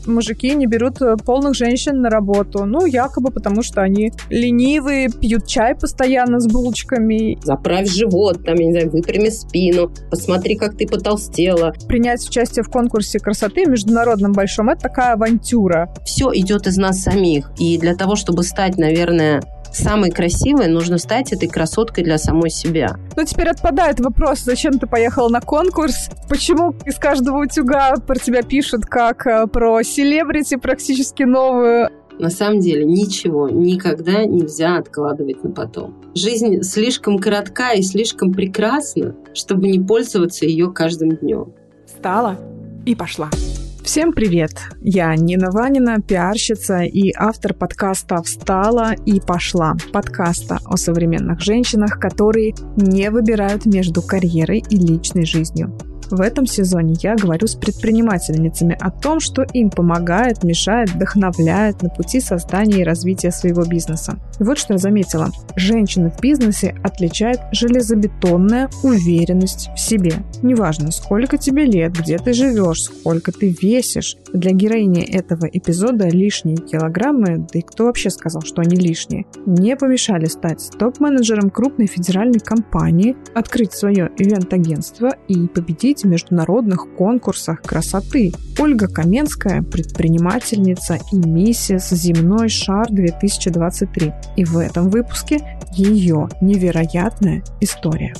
мужики не берут полных женщин на работу. Ну, якобы потому, что они ленивые, пьют чай постоянно с булочками. Заправь живот, там, я не знаю, выпрями спину, посмотри, как ты потолстела. Принять участие в конкурсе красоты международном большом – это такая авантюра. Все идет из нас самих. И для того, чтобы стать, наверное, самой красивой, нужно стать этой красоткой для самой себя. Ну, теперь отпадает вопрос, зачем ты поехала на конкурс? Почему из каждого утюга про тебя пишут как про селебрити практически новую? На самом деле ничего никогда нельзя откладывать на потом. Жизнь слишком коротка и слишком прекрасна, чтобы не пользоваться ее каждым днем. Встала и пошла. Всем привет! Я Нина Ванина, пиарщица и автор подкаста «Встала и пошла». Подкаста о современных женщинах, которые не выбирают между карьерой и личной жизнью. В этом сезоне я говорю с предпринимательницами о том, что им помогает, мешает, вдохновляет на пути создания и развития своего бизнеса. И вот что я заметила. Женщины в бизнесе отличает железобетонная уверенность в себе. Неважно, сколько тебе лет, где ты живешь, сколько ты весишь. Для героини этого эпизода лишние килограммы, да и кто вообще сказал, что они лишние, не помешали стать топ-менеджером крупной федеральной компании, открыть свое ивент-агентство и победить в международных конкурсах красоты. Ольга Каменская – предпринимательница и миссис «Земной шар 2023». И в этом выпуске ее невероятная история.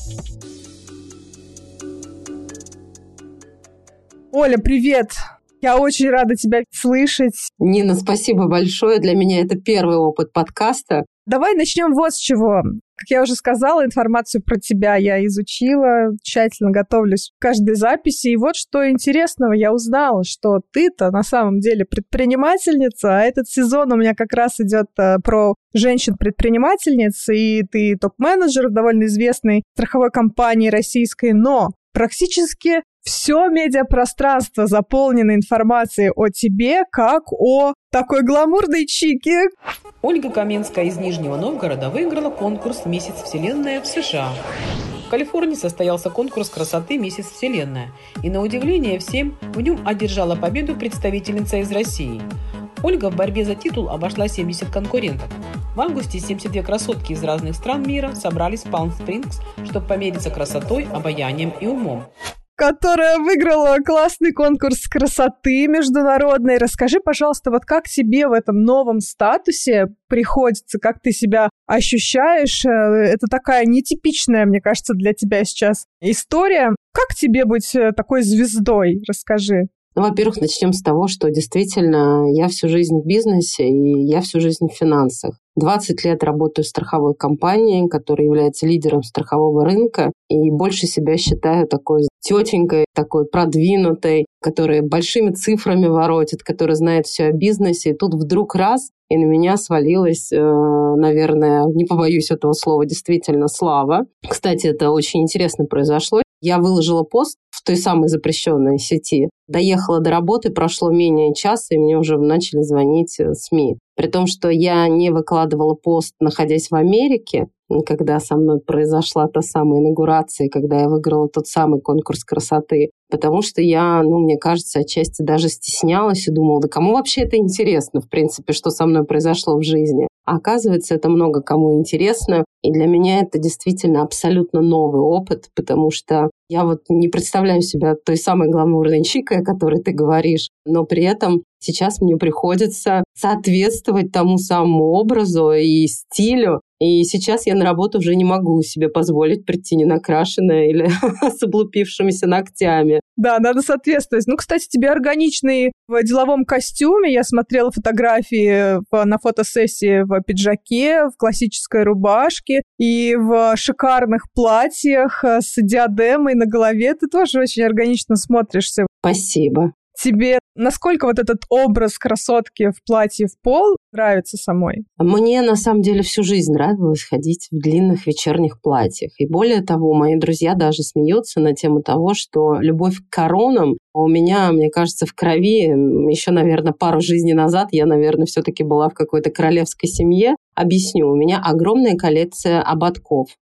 Оля, привет! Я очень рада тебя слышать. Нина, спасибо большое. Для меня это первый опыт подкаста. Давай начнем вот с чего. Как я уже сказала, информацию про тебя я изучила, тщательно готовлюсь к каждой записи. И вот что интересного я узнала, что ты-то на самом деле предпринимательница, а этот сезон у меня как раз идет про женщин-предпринимательниц, и ты топ-менеджер в довольно известной страховой компании российской, но практически все медиапространство заполнено информацией о тебе, как о такой гламурной чике. Ольга Каменская из Нижнего Новгорода выиграла конкурс «Месяц Вселенная» в США. В Калифорнии состоялся конкурс красоты «Месяц Вселенная», и, на удивление всем, в нем одержала победу представительница из России. Ольга в борьбе за титул обошла 70 конкурентов. В августе 72 красотки из разных стран мира собрались в Палм-Спрингс, чтобы помериться красотой, обаянием и умом. Которая выиграла классный конкурс красоты международный. Расскажи, пожалуйста, вот как тебе в этом новом статусе приходится, как ты себя ощущаешь? Это такая нетипичная, мне кажется, для тебя сейчас история. Как тебе быть такой звездой? Расскажи. Ну, во-первых, начнем с того, что действительно я всю жизнь в бизнесе и я всю жизнь в финансах. 20 лет работаю в страховой компании, которая является лидером страхового рынка, и больше себя считаю такой тетенькой, такой продвинутой, которая большими цифрами воротит, которая знает все о бизнесе. И тут вдруг раз, и на меня свалилась, наверное, не побоюсь этого слова, действительно, слава. Кстати, это очень интересно произошло. Я выложила пост в той самой запрещенной сети, доехала до работы, прошло менее часа, и мне уже начали звонить СМИ. При том, что я не выкладывала пост, находясь в Америке, когда со мной произошла та самая инаугурация, когда я выиграла тот самый конкурс красоты, потому что я, мне кажется, отчасти даже стеснялась и думала, да кому вообще это интересно, в принципе, что со мной произошло в жизни. А оказывается, это много кому интересно, и для меня это действительно абсолютно новый опыт, потому что я вот не представляю себя той самой гламурной чикой, о которой ты говоришь, но при этом сейчас мне приходится соответствовать тому самому образу и стилю. И сейчас я на работу уже не могу себе позволить прийти ненакрашенная или с облупившимися ногтями. Да, надо соответствовать. Кстати, тебе органичный в деловом костюме. Я смотрела фотографии на фотосессии в пиджаке, в классической рубашке и в шикарных платьях с диадемой на голове. Ты тоже очень органично смотришься. Спасибо. Тебе насколько вот этот образ красотки в платье в пол нравится самой? Мне, на самом деле, всю жизнь нравилось ходить в длинных вечерних платьях. И более того, мои друзья даже смеются на тему того, что любовь к коронам у меня, мне кажется, в крови. Еще, наверное, пару жизней назад я, наверное, все-таки была в какой-то королевской семье. Объясню. У меня огромная коллекция ободков.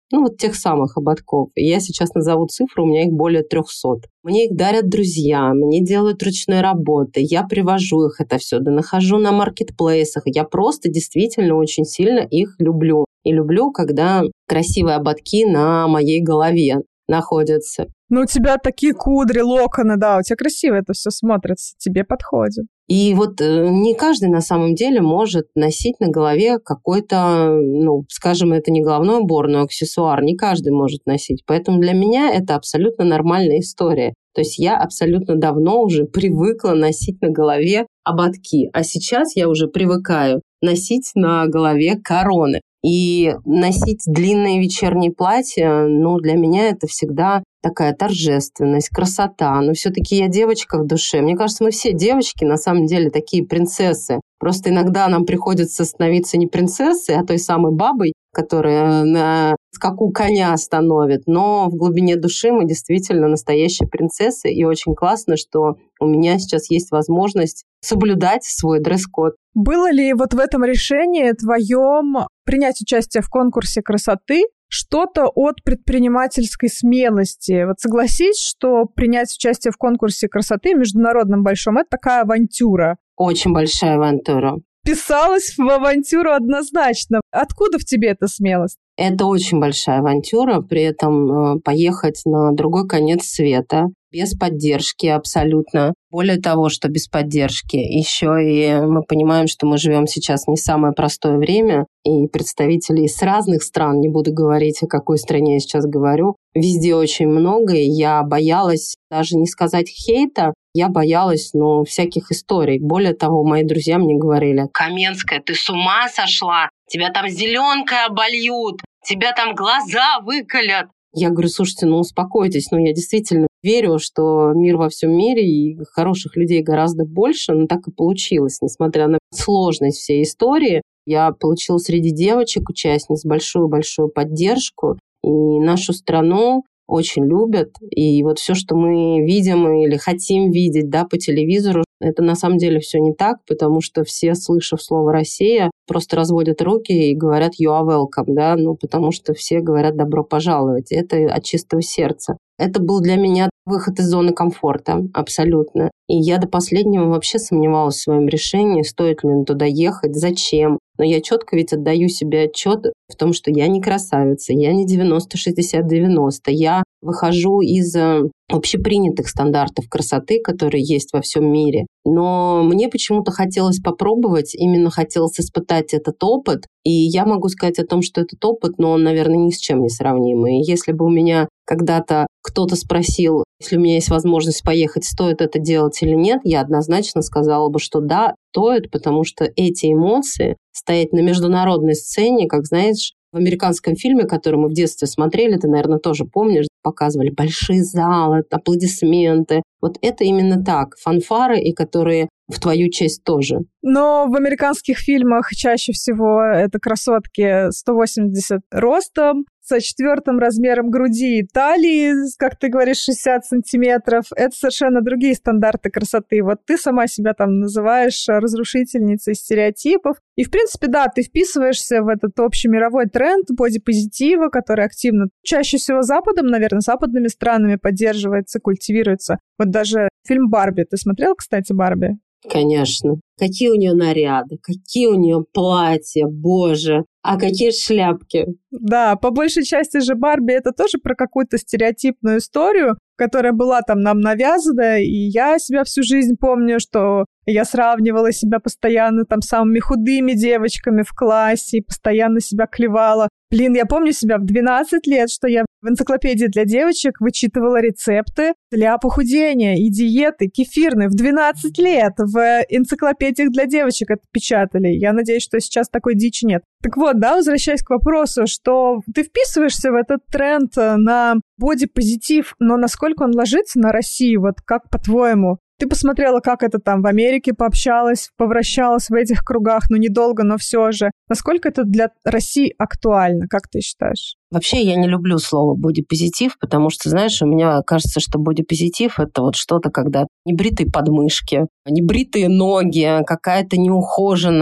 вот тех самых ободков. И я сейчас назову цифру, у меня их более 300. Мне их дарят друзья, мне делают ручной работы, я привожу их это все, да нахожу на маркетплейсах. Я просто действительно очень сильно их люблю. И люблю, когда красивые ободки на моей голове находятся. Ну, у тебя такие кудри, локоны, да, у тебя красиво это все смотрится, тебе подходит. И вот не каждый на самом деле может носить на голове какой-то, скажем, это не головной убор, но аксессуар. Не каждый может носить. Поэтому для меня это абсолютно нормальная история. То есть я абсолютно давно уже привыкла носить на голове ободки. А сейчас я уже привыкаю носить на голове короны. И носить длинные вечерние платья, для меня это всегда такая торжественность, красота. Но все-таки я девочка в душе. Мне кажется, мы все девочки на самом деле такие принцессы. Просто иногда нам приходится становиться не принцессой, а той самой бабой, которая на скаку коня остановит. Но в глубине души мы действительно настоящие принцессы. И очень классно, что у меня сейчас есть возможность соблюдать свой дресс-код. Было ли вот в этом решении твоем принять участие в конкурсе красоты что-то от предпринимательской смелости? Вот согласись, что принять участие в конкурсе красоты международном большом – это такая авантюра. Очень большая авантюра. Писалась в авантюру однозначно. Откуда в тебе эта смелость? Это очень большая авантюра, при этом поехать на другой конец света без поддержки абсолютно. Более того, что без поддержки, еще и мы понимаем, что мы живем сейчас не самое простое время, и представителей с разных стран, не буду говорить, о какой стране я сейчас говорю, везде очень много, и я боялась даже не сказать хейта, я боялась, всяких историй. Более того, мои друзья мне говорили: «Каменская, ты с ума сошла? Тебя там зеленкой обольют, тебя там глаза выколят». Я говорю: слушайте, успокойтесь, я действительно верю, что мир во всем мире и хороших людей гораздо больше, но так и получилось. Несмотря на сложность всей истории, я получила среди девочек-участниц большую-большую поддержку, и нашу страну очень любят. И вот все, что мы видим или хотим видеть, по телевизору, это на самом деле все не так, потому что все, слышав слово «Россия», просто разводят руки и говорят «you are welcome», потому что все говорят «добро пожаловать». Это от чистого сердца. Это был для меня выход из зоны комфорта, абсолютно. И я до последнего вообще сомневалась в своем решении, стоит ли туда ехать, зачем. Но я четко ведь отдаю себе отчет в том, что я не красавица, я не 90-60-90. Я выхожу из общепринятых стандартов красоты, которые есть во всем мире. Но мне почему-то хотелось попробовать, именно хотелось испытать этот опыт. И я могу сказать о том, что этот опыт, он, наверное, ни с чем не сравнимый. И если бы у меня когда-то кто-то спросил, если у меня есть возможность поехать, стоит это делать или нет, я однозначно сказала бы, что да, стоит, потому что эти эмоции, стоять на международной сцене, как, знаешь, в американском фильме, который мы в детстве смотрели, ты, наверное, тоже помнишь, показывали большие залы, аплодисменты. Вот это именно так, фанфары, и которые в твою честь тоже. Но в американских фильмах чаще всего это красотки 180 ростом, с 4 размером груди и талии, как ты говоришь, 60 сантиметров. Это совершенно другие стандарты красоты. Вот ты сама себя там называешь разрушительницей стереотипов. И, в принципе, да, ты вписываешься в этот общемировой тренд бодипозитива, который активно, чаще всего Западом, наверное, западными странами поддерживается, культивируется. Вот даже фильм «Барби». Ты смотрел, кстати, «Барби»? Конечно. Какие у нее наряды, какие у нее платья, боже, а какие шляпки. Да, по большей части же Барби это тоже про какую-то стереотипную историю, которая была там нам навязана, и я себя всю жизнь помню, что я сравнивала себя постоянно там с самыми худыми девочками в классе, и постоянно себя клевала. Блин, я помню себя в 12 лет, что я в энциклопедии для девочек вычитывала рецепты для похудения и диеты кефирные в 12 лет. В энциклопедиях для девочек это печатали. Я надеюсь, что сейчас такой дичи нет. Так вот, да, возвращаясь к вопросу, что ты вписываешься в этот тренд на бодипозитив, но насколько он ложится на Россию? Вот как по-твоему? Ты посмотрела, как это там в Америке, пообщалась, повращалась в этих кругах, недолго, но все же. Насколько это для России актуально, как ты считаешь? Вообще я не люблю слово бодипозитив, потому что, знаешь, у меня кажется, что бодипозитив – это вот что-то, когда небритые подмышки, небритые ноги, какая-то неухоженность.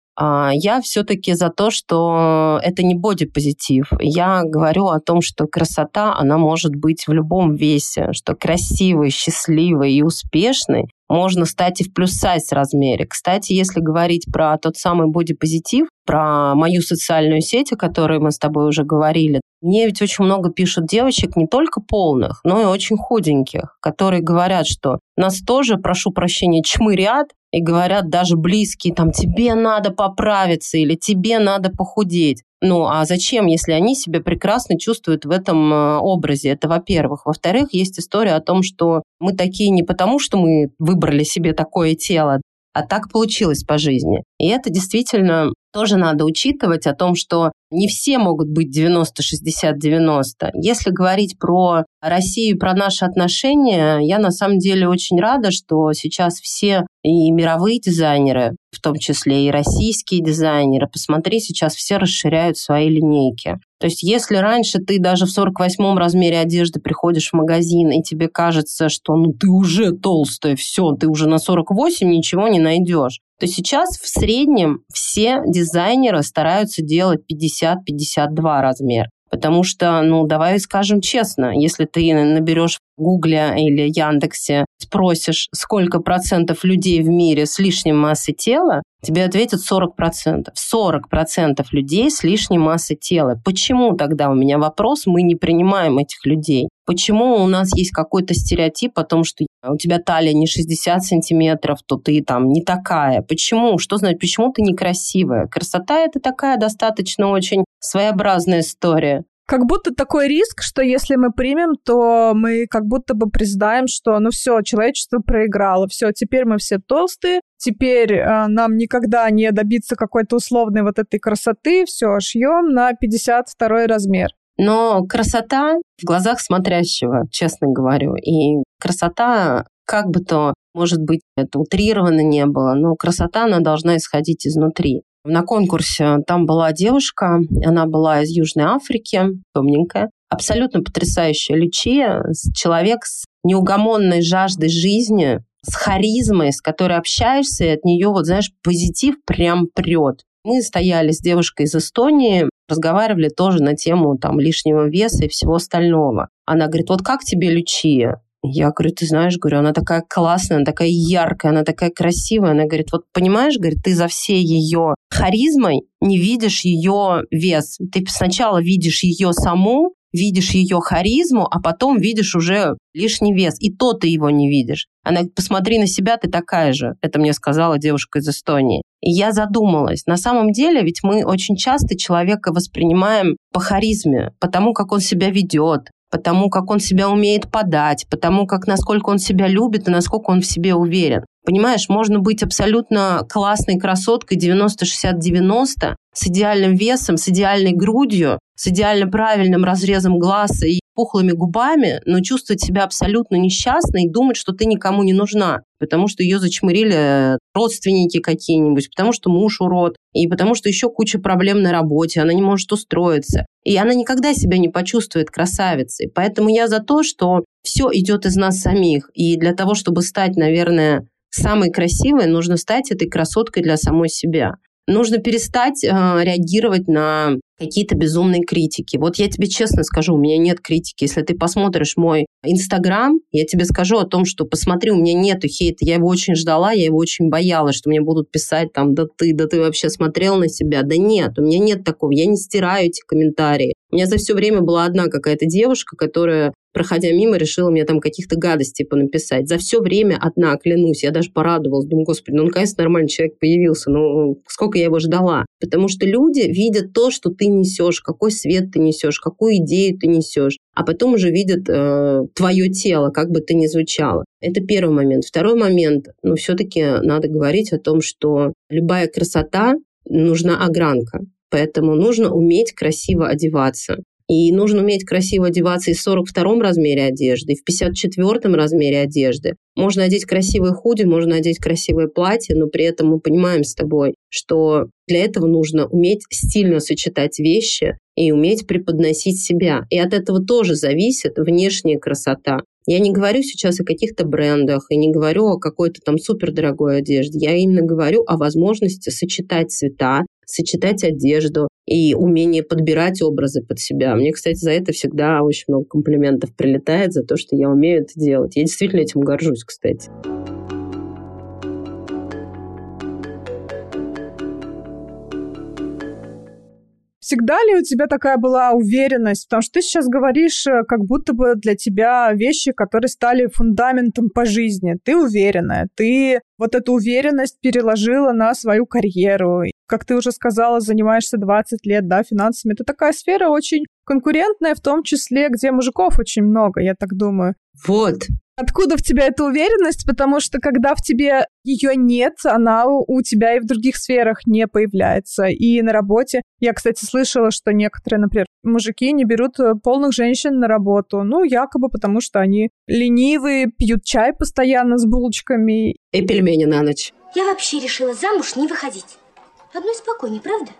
Я все-таки за то, что это не бодипозитив. Я говорю о том, что красота, она может быть в любом весе, что красивой, счастливой и успешной можно стать и в плюс-сайз размере. Кстати, если говорить про тот самый бодипозитив, про мою социальную сеть, о которой мы с тобой уже говорили, мне ведь очень много пишут девочек не только полных, но и очень худеньких, которые говорят, что нас тоже, прошу прощения, чмырят, и говорят даже близкие, там, тебе надо поправиться или тебе надо похудеть. Ну, а зачем, если они себя прекрасно чувствуют в этом образе? Это, во-первых. Во-вторых, есть история о том, что мы такие не потому, что мы выбрали себе такое тело, а так получилось по жизни. И это действительно тоже надо учитывать о том, что не все могут быть 90-60-90. Если говорить про Россию, про наши отношения, я на самом деле очень рада, что сейчас все и мировые дизайнеры, в том числе и российские дизайнеры, посмотри, сейчас все расширяют свои линейки. То есть если раньше ты даже в 48-м размере одежды приходишь в магазин, и тебе кажется, что ты уже толстая, все, ты уже на 48 ничего не найдешь, то сейчас в среднем все дизайнеры стараются делать 50-52 размер. Потому что, давай скажем честно, если ты наберешь в Гугле или Яндексе, спросишь, сколько процентов людей в мире с лишней массой тела, тебе ответят 40%. 40% людей с лишней массой тела. Почему тогда, у меня вопрос, мы не принимаем этих людей? Почему у нас есть какой-то стереотип о том, что у тебя талия не 60 сантиметров, то ты там не такая? Почему? Что значит, почему ты некрасивая? Красота – это такая достаточно очень своеобразная история. Как будто такой риск, что если мы примем, то мы как будто бы признаем, что все, человечество проиграло, все, теперь мы все толстые, теперь нам никогда не добиться какой-то условной вот этой красоты, все, шьем на 52 размер. Но красота в глазах смотрящего, честно говорю, и красота, как бы то, может быть, это утрировано не было, но красота, она должна исходить изнутри. На конкурсе там была девушка, она была из Южной Африки, темненькая, абсолютно потрясающая Лючия, человек с неугомонной жаждой жизни, с харизмой, с которой общаешься, и от нее, позитив прям прет. Мы стояли с девушкой из Эстонии, разговаривали тоже на тему лишнего веса и всего остального. Она говорит, вот как тебе Лючия? Я говорю, ты знаешь, она такая классная, она такая яркая, она такая красивая. Она говорит, вот понимаешь, ты за всей ее харизмой не видишь ее вес. Ты сначала видишь ее саму, видишь ее харизму, а потом видишь уже лишний вес. И то ты его не видишь. Она говорит, посмотри на себя, ты такая же. Это мне сказала девушка из Эстонии. И я задумалась. На самом деле, ведь мы очень часто человека воспринимаем по харизме, по тому, как он себя ведет, потому как он себя умеет подать, потому как насколько он себя любит и насколько он в себе уверен. Понимаешь, можно быть абсолютно классной красоткой 90-60-90 с идеальным весом, с идеальной грудью, с идеально правильным разрезом глаза и пухлыми губами, но чувствовать себя абсолютно несчастной и думать, что ты никому не нужна, потому что ее зачмырили родственники какие-нибудь, потому что муж урод, и потому что еще куча проблем на работе, она не может устроиться. И она никогда себя не почувствует красавицей. Поэтому я за то, что все идет из нас самих. И для того, чтобы стать, наверное, самой красивой, нужно стать этой красоткой для самой себя. Нужно перестать реагировать на какие-то безумные критики. Вот я тебе честно скажу, у меня нет критики. Если ты посмотришь мой Инстаграм, я тебе скажу о том, что посмотри, у меня нету хейта. Я его очень ждала, я его очень боялась, что мне будут писать да ты вообще смотрел на себя. Да нет, у меня нет такого. Я не стираю эти комментарии. У меня за все время была одна какая-то девушка, которая, проходя мимо, решила мне каких-то гадостей понаписать. За все время одна, клянусь. Я даже порадовалась. Думаю, господи, наконец-то нормальный человек появился. Сколько я его ждала. Потому что люди видят то, что ты несешь, какой свет ты несешь, какую идею ты несешь. А потом уже видят твое тело, как бы ты ни звучала. Это первый момент. Второй момент. Все-таки надо говорить о том, что любая красота, нужна огранка. Поэтому нужно уметь красиво одеваться. И нужно уметь красиво одеваться и в 42-м размере одежды, и в 54-м размере одежды. Можно одеть красивое худи, можно одеть красивое платье, но при этом мы понимаем с тобой, что для этого нужно уметь стильно сочетать вещи и уметь преподносить себя. И от этого тоже зависит внешняя красота. Я не говорю сейчас о каких-то брендах, и не говорю о какой-то там супердорогой одежде. Я именно говорю о возможности сочетать цвета, сочетать одежду и умение подбирать образы под себя. Мне, кстати, за это всегда очень много комплиментов прилетает, за то, что я умею это делать. Я действительно этим горжусь, кстати. Всегда ли у тебя такая была уверенность? Потому что ты сейчас говоришь, как будто бы для тебя вещи, которые стали фундаментом по жизни. Ты уверенная, ты вот эту уверенность переложила на свою карьеру. Как ты уже сказала, занимаешься 20 лет, да, финансами. Это такая сфера очень конкурентная, в том числе, где мужиков очень много, я так думаю. Вот. Откуда в тебя эта уверенность? Потому что когда в тебе ее нет, она у тебя и в других сферах не появляется. И на работе. Я, кстати, слышала, что некоторые, например, мужики не берут полных женщин на работу. Ну, якобы потому, что они ленивые, пьют чай постоянно с булочками. И пельмени на ночь. Я вообще решила замуж не выходить. Одной спокойней, правда?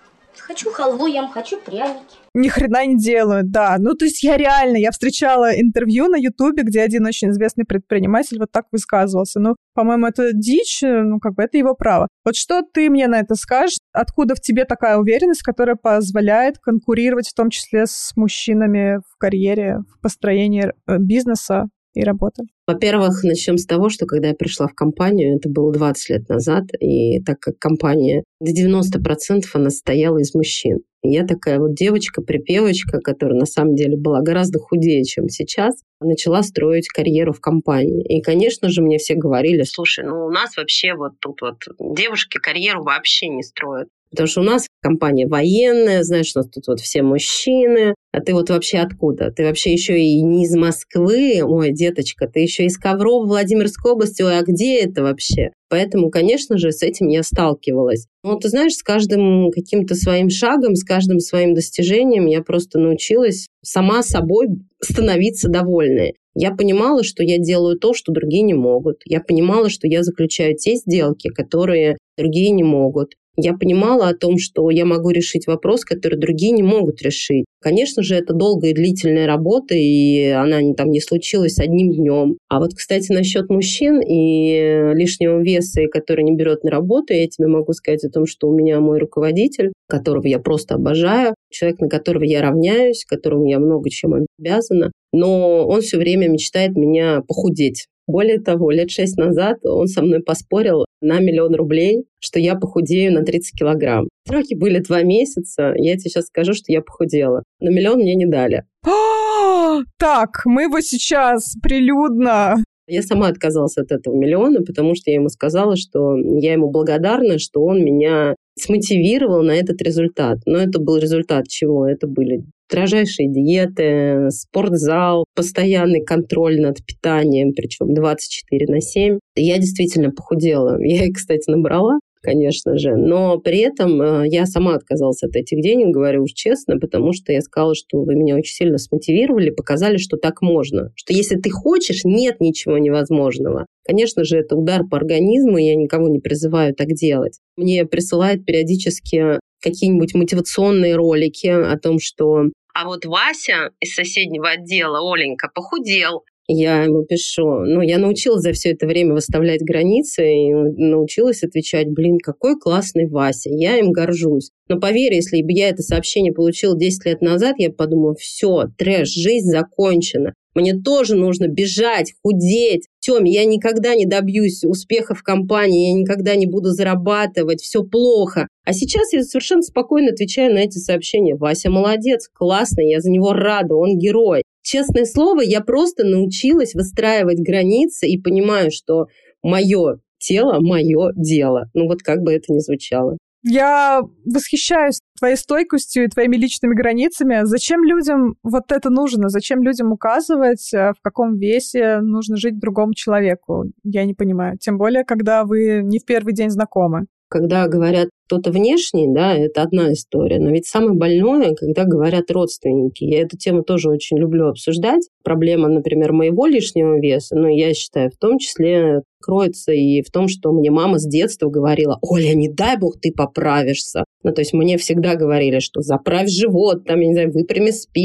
Хочу халву ем, хочу пряники. Ни хрена не делают, да. Ну, то есть я встречала интервью на Ютубе, где один очень известный предприниматель вот так высказывался. Ну, по-моему, это дичь, это его право. Вот что ты мне на это скажешь? Откуда в тебе такая уверенность, которая позволяет конкурировать в том числе с мужчинами в карьере, в построении бизнеса и работы? Во-первых, начнем с того, что когда я пришла в компанию, это было 20 лет назад, и так как компания до 90% она состояла из мужчин. И я такая вот девочка-припевочка, которая на самом деле была гораздо худее, чем сейчас, начала строить карьеру в компании. И, конечно же, мне все говорили: слушай, у нас вообще вот тут вот девушки карьеру вообще не строят. Потому что у нас компания военная, знаешь, у нас тут вот все мужчины. А ты вот вообще откуда? Ты вообще еще и не из Москвы. Ой, деточка, ты еще из Коврова, Владимирской области. Ой, а где это вообще? Поэтому, конечно же, с этим я сталкивалась. Но ты знаешь, с каждым каким-то своим шагом, с каждым своим достижением я просто научилась сама собой становиться довольной. Я понимала, что я делаю то, что другие не могут. Я понимала, что я заключаю те сделки, которые другие не могут. Я понимала о том, что я могу решить вопрос, который другие не могут решить. Конечно же, это долгая и длительная работа, и она там не случилась одним днем. А вот, кстати, насчет мужчин и лишнего веса, который не берет на работу, я тебе могу сказать о том, что у меня мой руководитель, которого я просто обожаю, человек, на которого я равняюсь, которому я много чем обязана, но он все время мечтает меня похудеть. Более того, 6 лет назад он со мной поспорил на 1 000 000 рублей, что я похудею на 30 килограмм. Сроки были 2 месяца, я тебе сейчас скажу, что я похудела. Но 1 000 000 мне не дали. Так, мы его сейчас прилюдно... Я сама отказалась от этого 1 000 000, потому что я ему сказала, что я ему благодарна, что он меня смотивировал на этот результат. Но это был результат чего? Это были строжайшие диеты, спортзал, постоянный контроль над питанием, причем 24/7. Я действительно похудела. Я их, кстати, набрала, конечно же, но при этом я сама отказалась от этих денег, говорю уж честно, потому что я сказала, что вы меня очень сильно смотивировали, показали, что так можно, что если ты хочешь, нет ничего невозможного. Конечно же, это удар по организму, и я никого не призываю так делать. Мне присылают периодически какие-нибудь мотивационные ролики о том, что «А вот Вася из соседнего отдела, Оленька, похудел». Я ему пишу, я научилась за все это время выставлять границы и научилась отвечать: какой классный Вася, я им горжусь. Но поверь, если бы я это сообщение получила 10 лет назад, я бы подумала: все, трэш, жизнь закончена. Мне тоже нужно бежать, худеть. Тём, я никогда не добьюсь успеха в компании, я никогда не буду зарабатывать, все плохо. А сейчас я совершенно спокойно отвечаю на эти сообщения. Вася молодец, классный, я за него рада, он герой. Честное слово, я просто научилась выстраивать границы и понимаю, что мое тело, мое дело. Как бы это ни звучало. Я восхищаюсь твоей стойкостью и твоими личными границами. Зачем людям вот это нужно? Зачем людям указывать, в каком весе нужно жить другому человеку? Я не понимаю. Тем более, когда вы не в первый день знакомы. Когда говорят кто-то внешний, да, это одна история. Но ведь самое больное, когда говорят родственники. Я эту тему тоже очень люблю обсуждать. Проблема, например, моего лишнего веса, я считаю, в том числе кроется и в том, что мне мама с детства говорила: «Оля, не дай бог ты поправишься». То есть мне всегда говорили, что заправь живот, выпрями спину,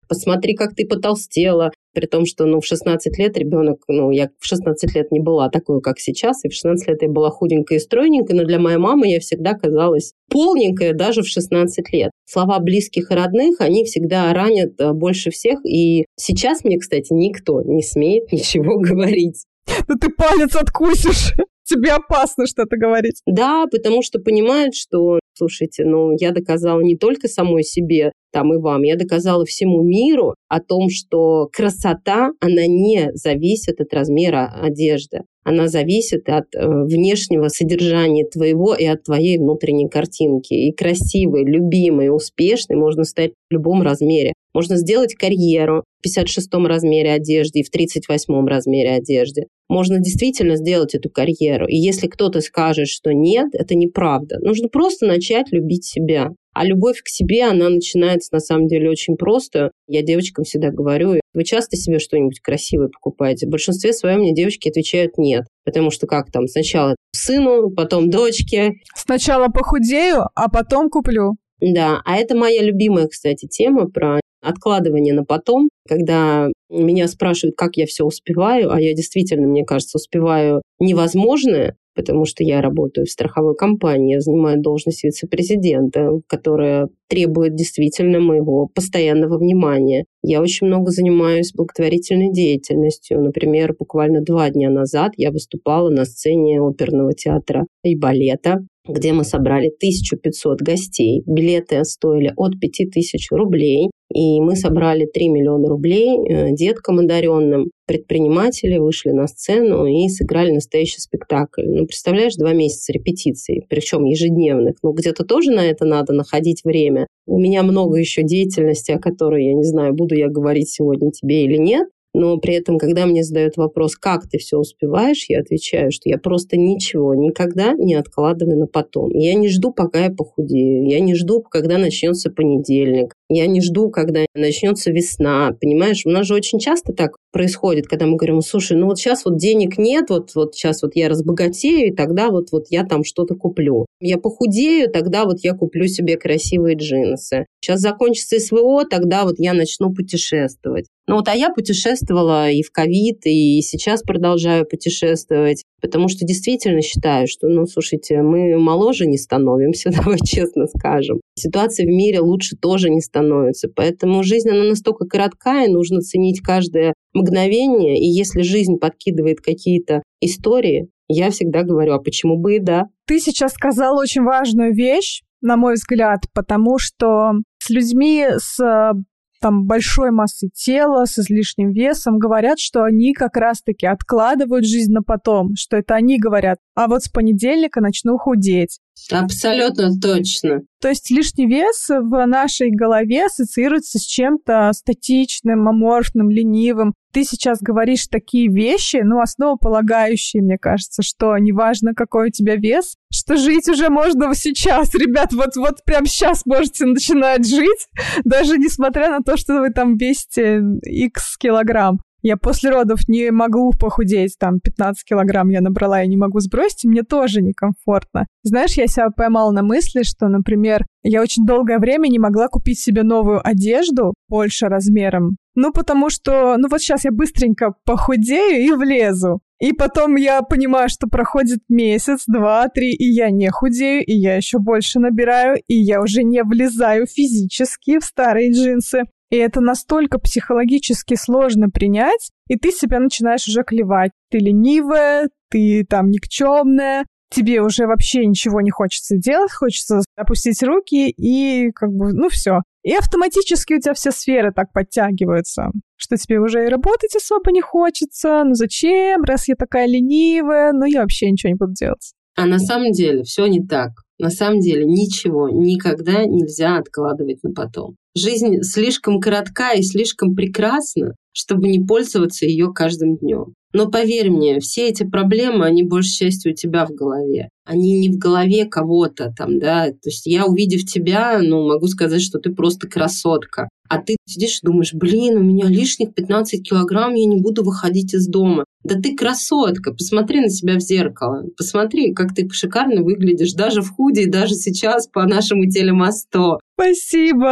посмотри, как ты потолстела. При том, что, в 16 лет ребенок, я в 16 лет не была такой, как сейчас, и в 16 лет я была худенькая и стройненькая, но для моей мамы я всегда казалась полненькая даже в 16 лет. Слова близких и родных, они всегда ранят больше всех, и сейчас мне, кстати, никто не смеет ничего говорить. Да ты палец откусишь. Тебе опасно что-то говорить. Да, потому что понимают, что, слушайте, я доказала не только самой себе, там и вам, я доказала всему миру о том, что красота, она не зависит от размера одежды. Она зависит от внешнего содержания твоего и от твоей внутренней картинки. И красивой, любимой, успешной можно стать в любом размере. Можно сделать карьеру в 56-м размере одежды и в 38-м размере одежды. Можно действительно сделать эту карьеру. И если кто-то скажет, что нет, это неправда. Нужно просто начать любить себя. А любовь к себе, она начинается на самом деле очень просто. Я девочкам всегда говорю, вы часто себе что-нибудь красивое покупаете? В большинстве своем мне девочки отвечают нет. Потому что сначала сыну, потом дочке. Сначала похудею, а потом куплю. Да, а это моя любимая, кстати, тема про откладывание на потом, когда меня спрашивают, как я все успеваю, а я действительно, мне кажется, успеваю невозможное, потому что я работаю в страховой компании, я занимаю должность вице-президента, которая требует действительно моего постоянного внимания. Я очень много занимаюсь благотворительной деятельностью. Например, буквально 2 дня назад я выступала на сцене оперного театра и балета, где мы собрали 1500 гостей. Билеты стоили от 5000 рублей. И мы собрали 3 миллиона рублей деткам одаренным. Предприниматели вышли на сцену и сыграли настоящий спектакль. Представляешь, 2 месяца репетиций, причем ежедневных. Где-то тоже на это надо находить время. У меня много еще деятельности, о которой я не знаю, буду я говорить сегодня тебе или нет. Но при этом, когда мне задают вопрос, как ты все успеваешь, я отвечаю, что я просто ничего никогда не откладываю на потом. Я не жду, пока я похудею. Я не жду, когда начнется понедельник. Я не жду, когда начнется весна. Понимаешь, у нас же очень часто так происходит, когда мы говорим, слушай, сейчас денег нет, сейчас я разбогатею, и тогда я там что-то куплю. Я похудею, тогда я куплю себе красивые джинсы. Сейчас закончится СВО, тогда я начну путешествовать. А я путешествовала и в ковид, и сейчас продолжаю путешествовать, потому что действительно считаю, что, слушайте, мы моложе не становимся, давай честно скажем. Ситуация в мире лучше тоже не становится, поэтому жизнь, она настолько коротка, и нужно ценить каждое мгновение, и если жизнь подкидывает какие-то истории, я всегда говорю, а почему бы и да? Ты сейчас сказала очень важную вещь, на мой взгляд, потому что с людьми с большой массой тела, с излишним весом, говорят, что они как раз-таки откладывают жизнь на потом, что это они говорят, а с понедельника начну худеть. Абсолютно точно. То есть лишний вес в нашей голове ассоциируется с чем-то статичным, аморфным, ленивым. Ты сейчас говоришь такие вещи, основополагающие, мне кажется, что неважно, какой у тебя вес, что жить уже можно сейчас. Ребят, прямо сейчас можете начинать жить, даже несмотря на то, что вы там весите X килограмм. Я после родов не могу похудеть, 15 килограмм я набрала, я не могу сбросить, и мне тоже некомфортно. Знаешь, я себя поймала на мысли, что, например, я очень долгое время не могла купить себе новую одежду больше размером. Потому что, сейчас я быстренько похудею и влезу. И потом я понимаю, что проходит месяц, 2, 3, и я не худею, и я еще больше набираю, и я уже не влезаю физически в старые джинсы. И это настолько психологически сложно принять, и ты себя начинаешь уже клевать. Ты ленивая, ты никчемная, тебе уже вообще ничего не хочется делать, хочется опустить руки и все. И автоматически у тебя все сферы так подтягиваются, что тебе уже и работать особо не хочется. Зачем, раз я такая ленивая, я вообще ничего не буду делать. А на самом деле все не так. На самом деле ничего никогда нельзя откладывать на потом. Жизнь слишком коротка и слишком прекрасна, чтобы не пользоваться ее каждым днем. Но поверь мне, все эти проблемы, они большей частью у тебя в голове. Они не в голове кого-то То есть я, увидев тебя, могу сказать, что ты просто красотка. А ты сидишь и думаешь, у меня лишних 15 килограмм, я не буду выходить из дома. Да ты красотка, посмотри на себя в зеркало. Посмотри, как ты шикарно выглядишь, даже в худи, даже сейчас по нашему телемосту. Спасибо.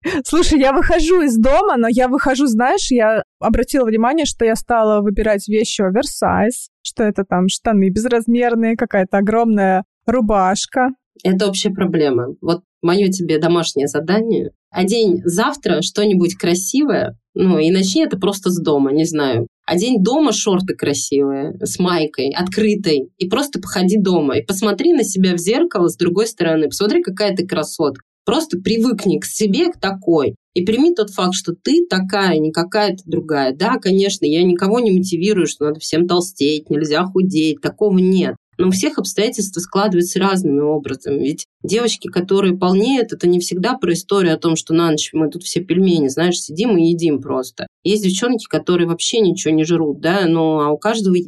Слушай, я выхожу из дома, но я выхожу, знаешь, я обратила внимание, что я стала выбирать вещи оверсайз, что это там штаны безразмерные, какая-то огромная рубашка. Это общая проблема. Вот мое тебе домашнее задание. Одень завтра что-нибудь красивое, и начни это просто с дома, не знаю. Одень дома шорты красивые, с майкой, открытой, и просто походи дома. И посмотри на себя в зеркало с другой стороны. Посмотри, какая ты красотка. Просто привыкни к себе, к такой. И прими тот факт, что ты такая, не какая-то другая. Да, конечно, я никого не мотивирую, что надо всем толстеть, нельзя худеть. Такого нет. Но у всех обстоятельства складываются разными образами. Ведь девочки, которые полнеют, это не всегда про историю о том, что на ночь мы тут все пельмени, знаешь, сидим и едим просто. Есть девчонки, которые вообще ничего не жрут, да, а у каждого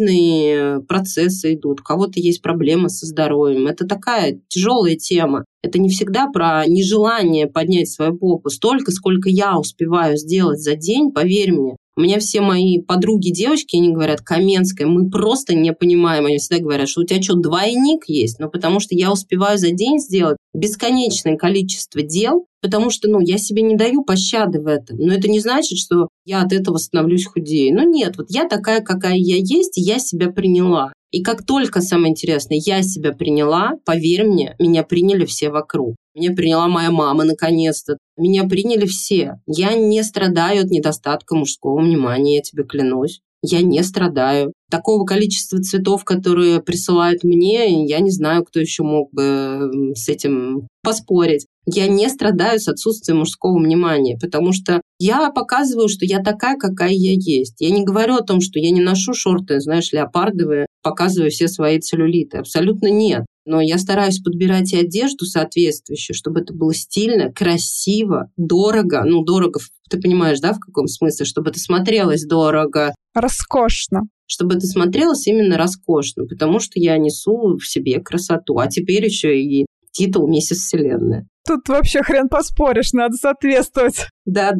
разные процессы идут. У кого-то есть проблемы со здоровьем. Это такая тяжелая тема. Это не всегда про нежелание поднять свою попу. Столько, сколько я успеваю сделать за день, поверь мне. У меня все мои подруги-девочки, они говорят: Каменская, мы просто не понимаем. Они всегда говорят, что у тебя что, двойник есть? Потому что я успеваю за день сделать бесконечное количество дел, потому что, я себе не даю пощады в этом. Но это не значит, что я от этого становлюсь худее. Нет, вот я такая, какая я есть, и я себя приняла. И как только, самое интересное, я себя приняла, поверь мне, меня приняли все вокруг. Меня приняла моя мама наконец-то. Меня приняли все. Я не страдаю от недостатка мужского внимания, я тебе клянусь. Я не страдаю. Такого количества цветов, которые присылают мне, я не знаю, кто еще мог бы с этим поспорить. Я не страдаю с отсутствием мужского внимания, потому что я показываю, что я такая, какая я есть. Я не говорю о том, что я не ношу шорты, знаешь, леопардовые, показываю все свои целлюлиты. Абсолютно нет. Но я стараюсь подбирать и одежду соответствующую, чтобы это было стильно, красиво, дорого. Дорого, ты понимаешь, да, в каком смысле? Чтобы это смотрелось дорого. Роскошно. Чтобы это смотрелось именно роскошно, потому что я несу в себе красоту. А теперь еще и титул «Миссис Вселенная». Тут вообще хрен поспоришь, надо соответствовать. Да.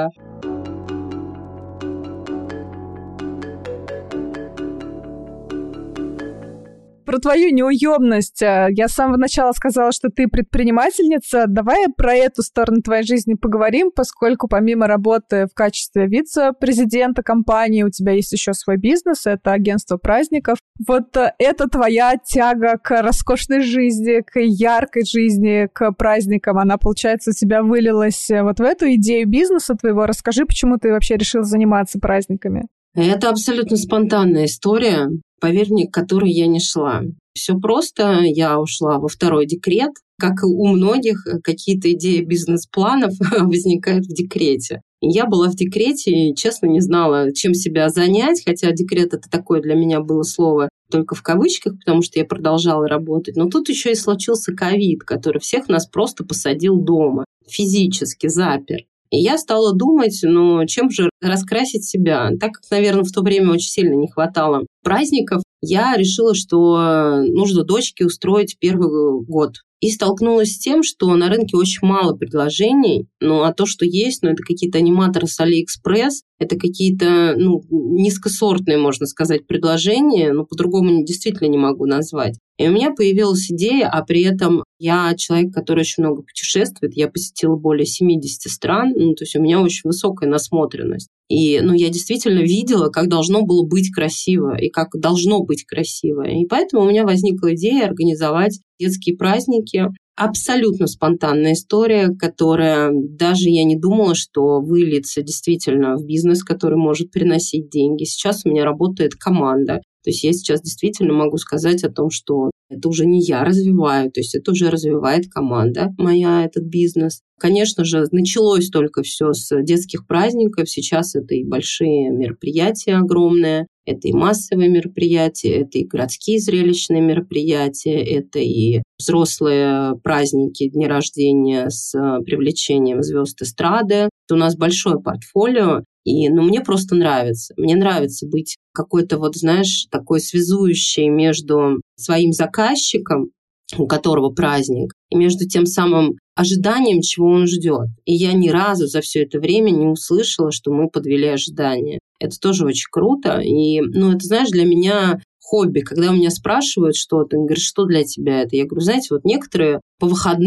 Про твою неуемность. Я с самого начала сказала, что ты предпринимательница. Давай про эту сторону твоей жизни поговорим, поскольку помимо работы в качестве вице-президента компании у тебя есть еще свой бизнес, это агентство праздников. Вот это твоя тяга к роскошной жизни, к яркой жизни, к праздникам. Она, получается, у тебя вылилась вот в эту идею бизнеса твоего. Расскажи, почему ты вообще решил заниматься праздниками? Это абсолютно спонтанная история, поверь мне, к которой я не шла. Все просто. Я ушла во второй декрет. Как и у многих, какие-то идеи бизнес-планов возникают в декрете. Я была в декрете и, честно, не знала, чем себя занять, хотя декрет — это такое для меня было слово только в кавычках, потому что я продолжала работать. Но тут еще и случился ковид, который всех нас просто посадил дома, физически запер. И я стала думать, чем же раскрасить себя. Так как, наверное, в то время очень сильно не хватало праздников, я решила, что нужно дочке устроить первый год. И столкнулась с тем, что на рынке очень мало предложений, а то, что есть, это какие-то аниматоры с Алиэкспресс, это какие-то низкосортные, можно сказать, предложения, по-другому действительно не могу назвать. И у меня появилась идея, а при этом я человек, который очень много путешествует, я посетила более 70 стран, то есть у меня очень высокая насмотренность. И я действительно видела, как должно было быть красиво и как должно быть красиво. И поэтому у меня возникла идея организовать детские праздники. Абсолютно спонтанная история, которая даже я не думала, что выльется действительно в бизнес, который может приносить деньги. Сейчас у меня работает команда. То есть я сейчас действительно могу сказать о том, что это уже не я развиваю, то есть это уже развивает команда моя, этот бизнес. Конечно же, началось только все с детских праздников. Сейчас это и большие мероприятия огромные, это и массовые мероприятия, это и городские зрелищные мероприятия, это и взрослые праздники, дни рождения с привлечением звезд эстрады. У нас большое портфолио. И, мне просто нравится. Мне нравится быть какой-то такой связующей между своим заказчиком, у которого праздник, и между тем самым ожиданием, чего он ждет. И я ни разу за все это время не услышала, что мы подвели ожидания. Это тоже очень круто. И, это, знаешь, для меня хобби. Когда у меня спрашивают что-то, говорят, что для тебя это? Я говорю, знаете, некоторые по выходным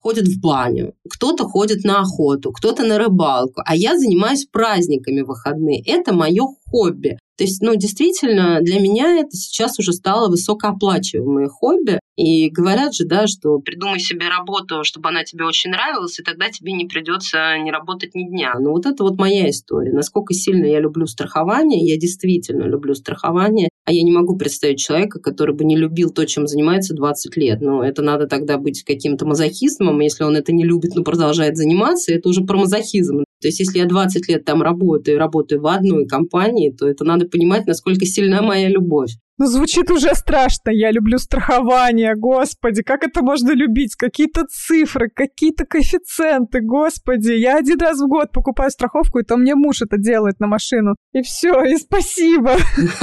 ходит в баню, кто-то ходит на охоту, кто-то на рыбалку, а я занимаюсь праздниками в выходные. Это мое хобби. То есть, действительно, для меня это сейчас уже стало высокооплачиваемое хобби. И говорят же, да, что придумай себе работу, чтобы она тебе очень нравилась, и тогда тебе не придется не работать ни дня. Но вот это вот моя история. Насколько сильно я люблю страхование, я действительно люблю страхование, а я не могу представить человека, который бы не любил то, чем занимается 20 лет. Это надо тогда быть каким-то мазохистом, если он это не любит, но продолжает заниматься, это уже про мазохизм. То есть, если я 20 лет там работаю в одной компании, то это надо понимать, насколько сильна моя любовь. Звучит уже страшно. Я люблю страхование, господи, как это можно любить? Какие-то цифры, какие-то коэффициенты, господи. Я 1 раз в год покупаю страховку, и то мне муж это делает на машину. И все, и спасибо.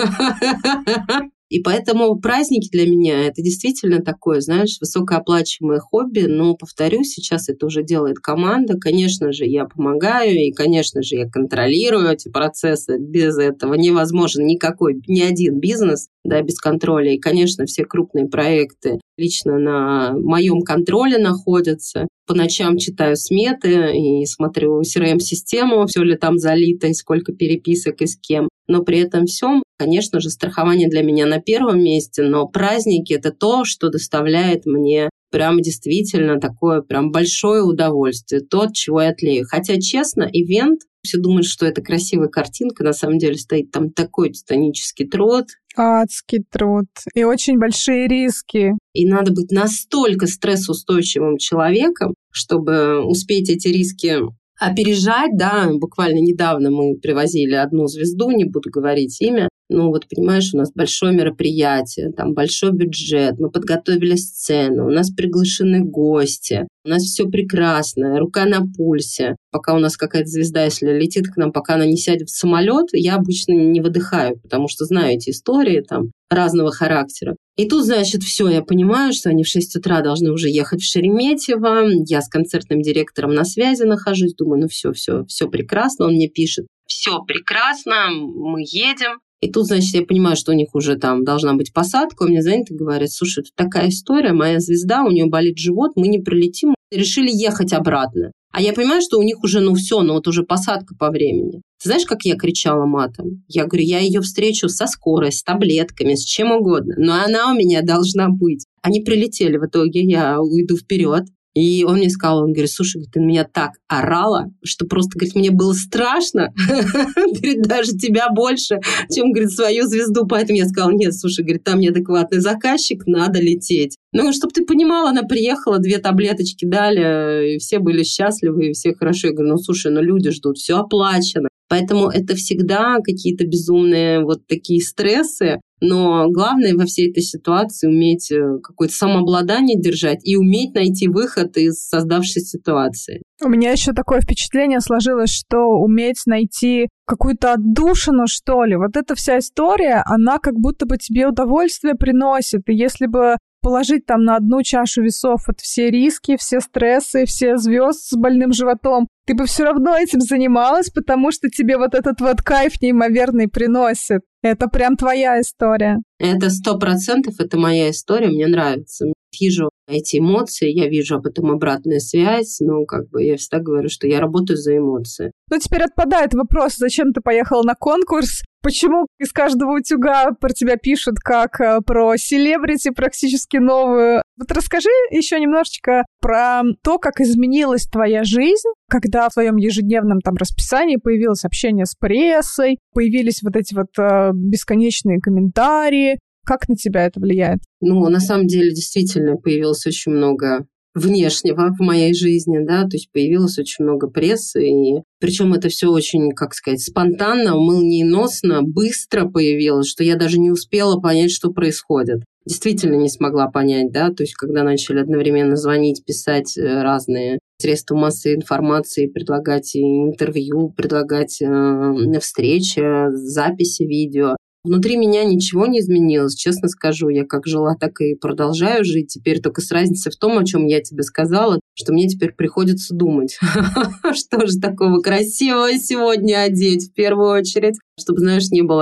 И поэтому праздники для меня это действительно такое, знаешь, высокооплачиваемое хобби. Но, повторюсь, сейчас это уже делает команда. Конечно же, я помогаю, и, конечно же, я контролирую эти процессы. Без этого невозможен ни один бизнес, да, без контроля. И, конечно, все крупные проекты лично на моем контроле находятся. По ночам читаю сметы и смотрю CRM-систему, все ли там залито, и сколько переписок и с кем. Но при этом всем, конечно же, страхование для меня на первом месте, но праздники – это то, что доставляет мне прям действительно такое прям большое удовольствие, то, от чего я тлею. Хотя, честно, ивент, все думают, что это красивая картинка, на самом деле стоит там такой титанический труд. Адский труд. И очень большие риски. И надо быть настолько стрессоустойчивым человеком, чтобы успеть эти риски опережать, да, буквально недавно мы привозили одну звезду, не буду говорить имя, понимаешь, у нас большое мероприятие, там большой бюджет, мы подготовили сцену, у нас приглашены гости, у нас все прекрасно, рука на пульсе. Пока у нас какая-то звезда, если летит к нам, пока она не сядет в самолет, я обычно не выдыхаю, потому что знаю эти истории там разного характера. И тут, значит, все, я понимаю, что они в 6 утра должны уже ехать в Шереметьево, я с концертным директором на связи нахожусь, думаю, все прекрасно, он мне пишет, все прекрасно, мы едем. И тут, значит, я понимаю, что у них уже там должна быть посадка. Он мне звонит и говорит, слушай, тут такая история, моя звезда, у нее болит живот, мы не прилетим, решили ехать обратно. А я понимаю, что у них уже, уже посадка по времени. Ты знаешь, как я кричала матом? Я говорю, я ее встречу со скорой, с таблетками, с чем угодно, но она у меня должна быть. Они прилетели в итоге, я уйду вперед. И он мне сказал, он говорит, слушай, ты на меня так орала, что просто, говорит, мне было страшно, говорит, даже тебя больше, чем, говорит, свою звезду. Поэтому я сказала, нет, слушай, говорит, там неадекватный заказчик, надо лететь. Чтобы ты понимала, она приехала, 2 таблеточки дали, и все были счастливы, и все хорошо. Я говорю, слушай, люди ждут, все оплачено. Поэтому это всегда какие-то безумные вот такие стрессы, но главное во всей этой ситуации уметь какое-то самообладание держать и уметь найти выход из создавшейся ситуации. У меня еще такое впечатление сложилось, что уметь найти какую-то отдушину, что ли. Вот эта вся история, она как будто бы тебе удовольствие приносит. И если бы положить там на одну чашу весов вот все риски, все стрессы, все звезд с больным животом, ты бы все равно этим занималась, потому что тебе вот этот вот кайф неимоверный приносит. Это прям твоя история. Это 100%, это моя история, мне нравится. Вижу эти эмоции, я вижу об этом обратную связь, я всегда говорю, что я работаю за эмоции. Теперь отпадает вопрос, зачем ты поехала на конкурс, почему из каждого утюга про тебя пишут как про селебрити практически новую. Вот расскажи еще немножечко про то, как изменилась твоя жизнь, когда в твоем ежедневном там расписании появилось общение с прессой, появились вот эти вот бесконечные комментарии. Как на тебя это влияет? На самом деле, действительно, появилось очень много внешнего в моей жизни, да, то есть появилось очень много прессы, и причем это все очень, спонтанно, молниеносно, быстро появилось, что я даже не успела понять, что происходит. Действительно не смогла понять, да, то есть когда начали одновременно звонить, писать разные средства массовой информации, предлагать интервью, предлагать встречи, записи видео. Внутри меня ничего не изменилось, честно скажу. Я как жила, так и продолжаю жить. Теперь только с разницей в том, о чем я тебе сказала, что мне теперь приходится думать, что же такого красивого сегодня одеть в первую очередь, чтобы, знаешь, не было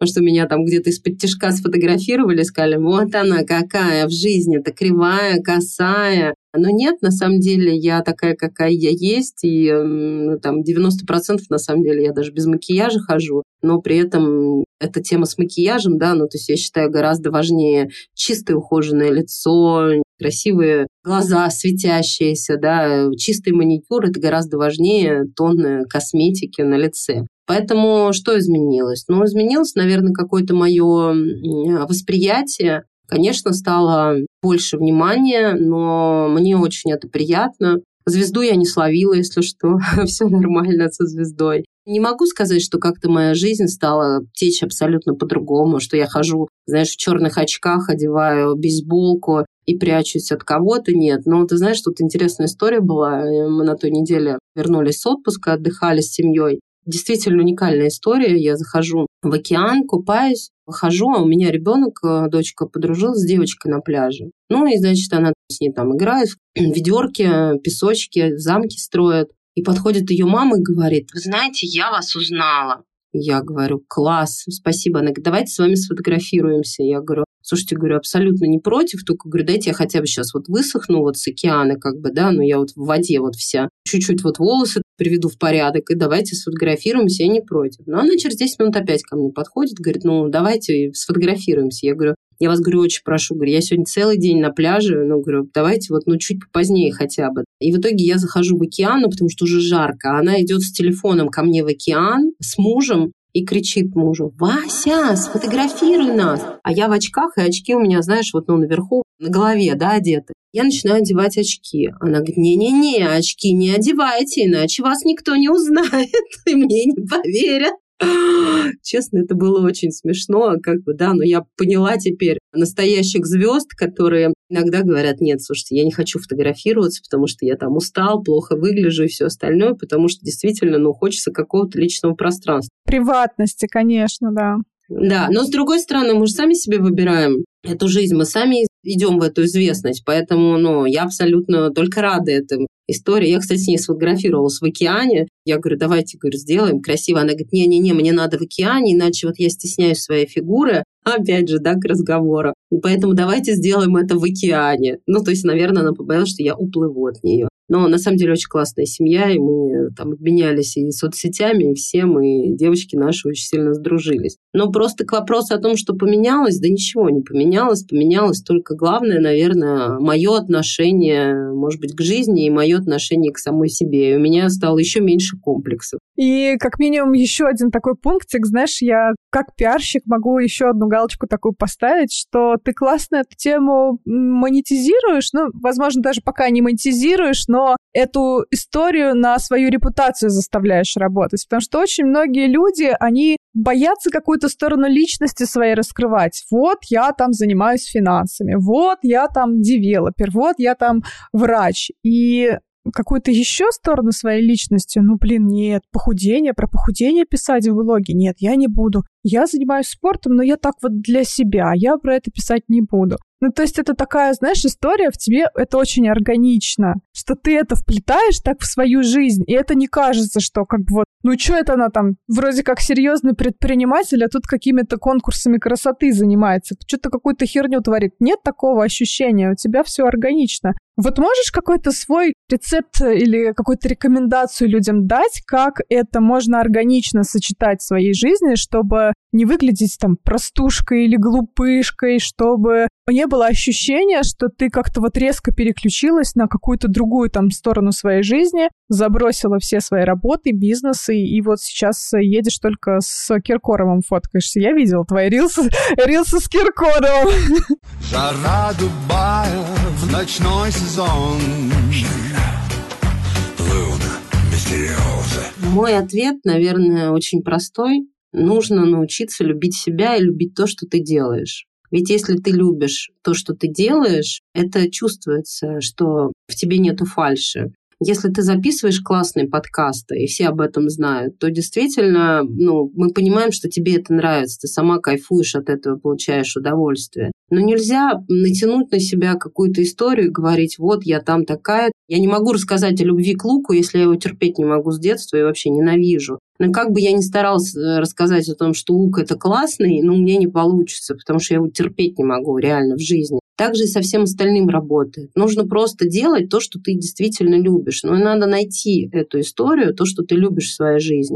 что меня там где-то из-под тишка сфотографировали, сказали, вот она какая в жизни-то кривая, косая. Но нет, на самом деле я такая, какая я есть, и там 90% на самом деле я даже без макияжа хожу, но при этом эта тема с макияжем, да, ну то есть я считаю гораздо важнее чистое ухоженное лицо, красивые глаза светящиеся, да, чистый маникюр – это гораздо важнее тонны косметики на лице. Поэтому что изменилось? Ну, изменилось, наверное, какое-то мое восприятие. Конечно, стало больше внимания, но мне очень это приятно. Звезду я не словила, если что, все нормально со звездой. Не могу сказать, что как-то моя жизнь стала течь абсолютно по-другому, что я хожу, знаешь, в черных очках, одеваю бейсболку и прячусь от кого-то. Нет, но ты знаешь, тут интересная история была. Мы на той неделе вернулись с отпуска, отдыхали с семьей. Действительно уникальная история. Я захожу в океан, купаюсь, выхожу, а у меня ребенок, дочка, подружилась с девочкой на пляже. Ну и, значит, она с ней там играет в ведерке, песочки, замки строит. И подходит ее мама и говорит, вы знаете, я вас узнала. Я говорю, класс, спасибо. Она говорит, давайте с вами сфотографируемся. Я говорю, слушайте, говорю, абсолютно не против, только, говорю, дайте я хотя бы сейчас вот высохну вот с океана, как бы, да, но я вот в воде вот вся, чуть-чуть вот волосы приведу в порядок, и давайте сфотографируемся, я не против. Но она через 10 минут опять ко мне подходит, говорит, ну, давайте сфотографируемся. Я говорю, я вас, говорю, очень прошу, говорю, я сегодня целый день на пляже, ну, говорю, давайте вот, ну, чуть попозднее хотя бы. И в итоге я захожу в океан, ну, потому что уже жарко, а она идет с телефоном ко мне в океан с мужем и кричит мужу, Вася, сфотографируй нас. А я в очках, и очки у меня, знаешь, вот, ну, наверху, на голове, да, одеты. Я начинаю одевать очки. Она говорит, не-не-не, очки не одевайте, иначе вас никто не узнает, и мне не поверят. Честно, это было очень смешно, как бы, да, но я поняла теперь настоящих звезд, которые иногда говорят, нет, слушайте, я не хочу фотографироваться, потому что я там устал, плохо выгляжу и все остальное, потому что действительно, ну, хочется какого-то личного пространства. Приватности, конечно, да. Да, но с другой стороны, мы же сами себе выбираем эту жизнь, мы сами идем в эту известность, поэтому, ну, я абсолютно только рада этому истории. Я, кстати, с ней сфотографировалась в океане. Я говорю, давайте, говорю, сделаем красиво. Она говорит, не-не-не, мне надо в океане, иначе вот я стесняюсь своей фигуры. Опять же, да, к разговору. Поэтому давайте сделаем это в океане. Ну, то есть, наверное, она побоялась, что я уплыву от нее. Но на самом деле очень классная семья, и мы там обменялись и соцсетями, и всем, и девочки наши очень сильно сдружились. Но просто к вопросу о том, что поменялось, да ничего не поменялось. Поменялось только главное, наверное, мое отношение, может быть, к жизни и мое отношение к самой себе. И у меня стало еще меньше комплексов. И как минимум еще один такой пунктик, знаешь, я как пиарщик могу еще одну галочку такую поставить, что ты классно эту тему монетизируешь, ну, возможно, даже пока не монетизируешь, но эту историю на свою репутацию заставляешь работать. Потому что очень многие люди, они боятся какую-то сторону личности своей раскрывать. Вот я там занимаюсь финансами, вот я там девелопер, вот я там врач. И какую-то еще сторону своей личности, ну, блин, нет, похудение, про похудение писать в блоге, нет, я не буду. Я занимаюсь спортом, но я так вот для себя, я про это писать не буду. Ну, то есть это такая, знаешь, история в тебе, это очень органично, что ты это вплетаешь так в свою жизнь, и это не кажется, что как бы вот, ну, что это она там, вроде как серьезный предприниматель, а тут какими-то конкурсами красоты занимается, что-то какую-то херню творит. Нет такого ощущения, у тебя все органично. Вот можешь какой-то свой рецепт или какую-то рекомендацию людям дать, как это можно органично сочетать в своей жизни, чтобы не выглядеть там простушкой или глупышкой, чтобы не было ощущения, что ты как-то вот резко переключилась на какую-то другую там сторону своей жизни, забросила все свои работы, бизнесы, и вот сейчас едешь только с Киркоровым фоткаешься. Я видела твои рилсы с Киркоровым. Жара Дубая в ночной сезон. Луна мистериоза. Мой ответ, наверное, очень простой. Нужно научиться любить себя и любить то, что ты делаешь. Ведь если ты любишь то, что ты делаешь, это чувствуется, что в тебе нету фальши. Если ты записываешь классные подкасты, и все об этом знают, то действительно, мы понимаем, что тебе это нравится, ты сама кайфуешь от этого, получаешь удовольствие. Но нельзя натянуть на себя какую-то историю и говорить, вот я там такая. Я не могу рассказать о любви к луку, если я его терпеть не могу с детства и вообще ненавижу. Но как бы я ни старалась рассказать о том, что лук – это классный, у меня не получится, потому что я его терпеть не могу реально в жизни. Так же и со всем остальным работает. Нужно просто делать то, что ты действительно любишь. Но надо найти эту историю, то, что ты любишь в своей жизни.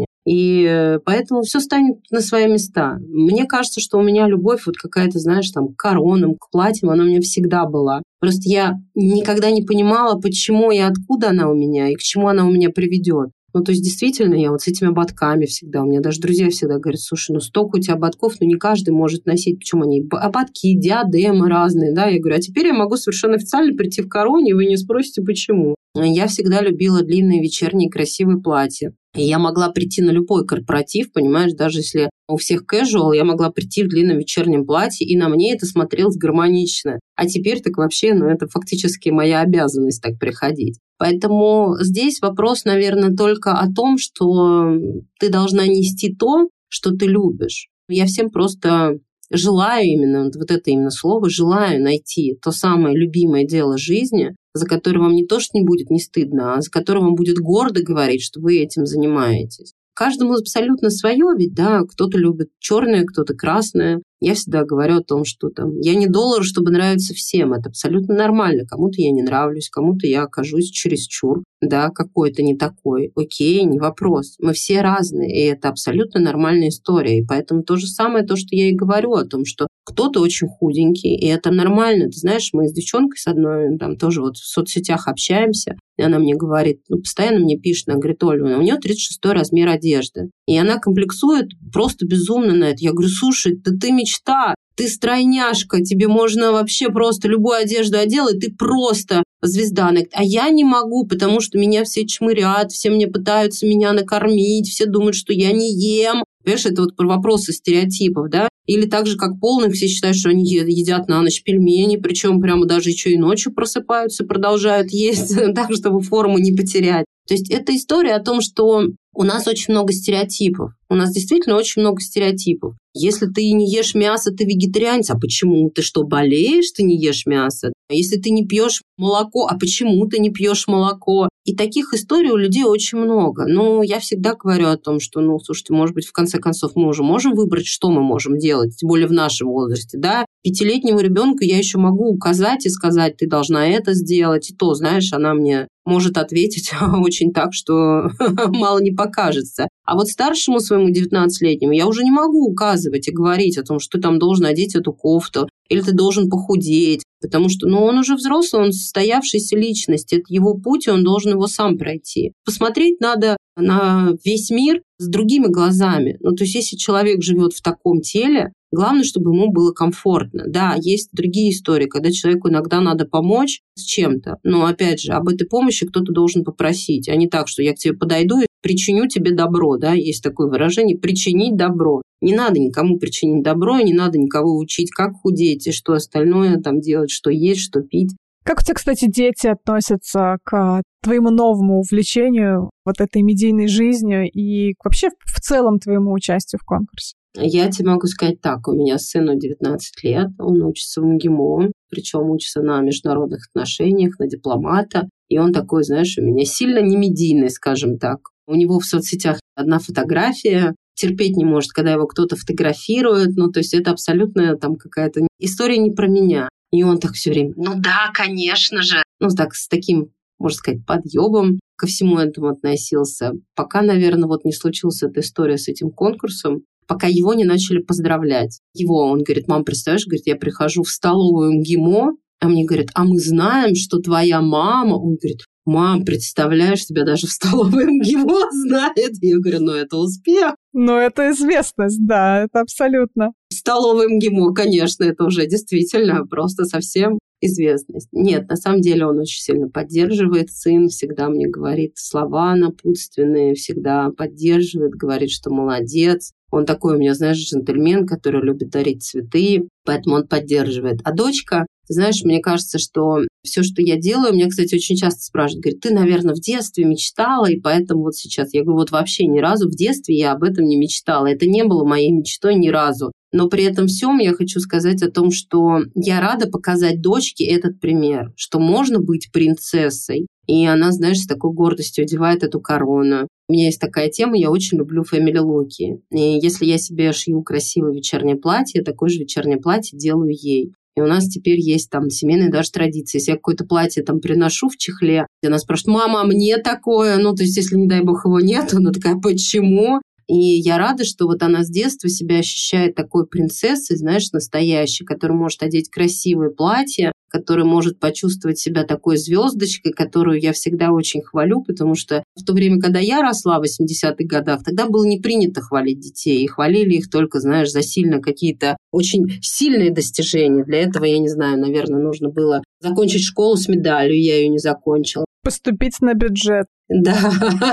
И поэтому все станет на свои места. Мне кажется, что у меня любовь вот какая-то, знаешь, там, к коронам, к платьям, она у меня всегда была. Просто я никогда не понимала, почему и откуда она у меня, и к чему она у меня приведет. То есть, действительно, я вот с этими ободками всегда, у меня даже друзья всегда говорят, слушай, столько у тебя ободков, не каждый может носить, причем они ободки, диадемы разные, да, я говорю, а теперь я могу совершенно официально прийти в короне, и вы не спросите, почему. Я всегда любила длинные вечерние красивые платья. И я могла прийти на любой корпоратив, понимаешь, даже если у всех casual, я могла прийти в длинном вечернем платье, и на мне это смотрелось гармонично. А теперь так вообще, это фактически моя обязанность так приходить. Поэтому здесь вопрос, наверное, только о том, что ты должна нести то, что ты любишь. Я всем просто желаю именно, вот это именно слово, желаю найти то самое любимое дело жизни, за которое вам не то, что не будет не стыдно, а за которое вам будет гордо говорить, что вы этим занимаетесь. Каждому абсолютно свое, ведь, да, кто-то любит черное, кто-то красное. Я всегда говорю о том, что я не доллар, чтобы нравиться всем. Это абсолютно нормально. Кому-то я не нравлюсь, кому-то я окажусь чересчур, да, какой-то не такой. Окей, не вопрос. Мы все разные, и это абсолютно нормальная история. И поэтому то же самое, то, что я и говорю о том, что кто-то очень худенький, и это нормально. Ты знаешь, мы с девчонкой с одной тоже вот в соцсетях общаемся, и она мне говорит, постоянно мне пишет, она говорит, Оля, у нее 36-й размер одежды. И она комплексует просто безумно на это. Я говорю, слушай, ты мечта, ты стройняшка, тебе можно вообще просто любую одежду одела, и ты просто звезда. А я не могу, потому что меня все чмырят, все мне пытаются меня накормить, все думают, что я не ем. Понимаешь, это вот про вопросы стереотипов, да? Или так же, как полные, все считают, что они едят на ночь пельмени, причем прямо даже еще и ночью просыпаются, продолжают есть, так, чтобы форму не потерять. То есть это история о том, что у нас очень много стереотипов. У нас действительно очень много стереотипов. Если ты не ешь мясо, ты вегетарианец. А почему? Ты что, болеешь, ты не ешь мясо? Если ты не пьешь молоко, а почему ты не пьешь молоко? И таких историй у людей очень много. Но я всегда говорю о том, что, слушайте, может быть, в конце концов, мы уже можем выбрать, что мы можем делать, тем более в нашем возрасте, да? 5-летнему ребенку я еще могу указать и сказать, ты должна это сделать. И то, знаешь, она мне может ответить очень так, что мало не покажется. А вот старшему своему 19-летнему я уже не могу указывать и говорить о том, что ты там должен одеть эту кофту, или ты должен похудеть, потому что он уже взрослый, он состоявшаяся личность, это его путь, и он должен его сам пройти. Посмотреть надо на весь мир с другими глазами. То есть если человек живет в таком теле, главное, чтобы ему было комфортно. Да, есть другие истории, когда человеку иногда надо помочь с чем-то, но, опять же, об этой помощи кто-то должен попросить, а не так, что я к тебе подойду и причиню тебе добро, да, есть такое выражение «причинить добро». Не надо никому причинить добро, и не надо никого учить, как худеть и что остальное там делать, что есть, что пить. Как у тебя, кстати, дети относятся к твоему новому увлечению, вот этой медийной жизнью и вообще в целом твоему участию в конкурсе? Я тебе могу сказать так, у меня сыну 19 лет, он учится в МГИМО, причем учится на международных отношениях, на дипломата, и он такой, знаешь, у меня сильно не медийный, скажем так. У него в соцсетях одна фотография, терпеть не может, когда его кто-то фотографирует, то есть это абсолютно там какая-то история не про меня. И он так все время, да, конечно же. Так с таким, можно сказать, подъебом ко всему этому относился. Пока, наверное, не случилась эта история с этим конкурсом, пока его не начали поздравлять. Он говорит, мам, представляешь, говорит, я прихожу в столовую МГИМО, а мне говорят, а мы знаем, что твоя мама... Он говорит, мам, представляешь, тебя даже в столовой МГИМО знает. Я говорю, это успех. Это известность, да, это абсолютно. В столовой МГИМО, конечно, это уже действительно просто совсем известность. Нет, на самом деле он очень сильно поддерживает, сын всегда мне говорит слова напутственные, всегда поддерживает, говорит, что молодец. Он такой у меня, знаешь, джентльмен, который любит дарить цветы, поэтому он поддерживает. А дочка, ты знаешь, мне кажется, что все, что я делаю, меня, кстати, очень часто спрашивают, говорят, ты, наверное, в детстве мечтала, и поэтому вот сейчас. Я говорю, вот вообще ни разу в детстве я об этом не мечтала. Это не было моей мечтой ни разу. Но при этом всем я хочу сказать о том, что я рада показать дочке этот пример, что можно быть принцессой. И она, знаешь, с такой гордостью одевает эту корону. У меня есть такая тема, я очень люблю фэмили-луки. И если я себе шью красивое вечернее платье, такое же вечернее платье делаю ей. И у нас теперь есть там семейные даже традиции. Если я какое-то платье там приношу в чехле, и она спрашивает, мама, мне такое? Ну, то есть, если, не дай бог, его нет, она такая, почему? И я рада, что вот она с детства себя ощущает такой принцессой, знаешь, настоящей, которая может одеть красивое платье, которая может почувствовать себя такой звездочкой, которую я всегда очень хвалю, потому что в то время, когда я росла в 80-х годах, тогда было не принято хвалить детей, и хвалили их только, знаешь, за сильно какие-то очень сильные достижения. Для этого, я не знаю, наверное, нужно было закончить школу с медалью, я ее не закончила. Поступить на бюджет. Да,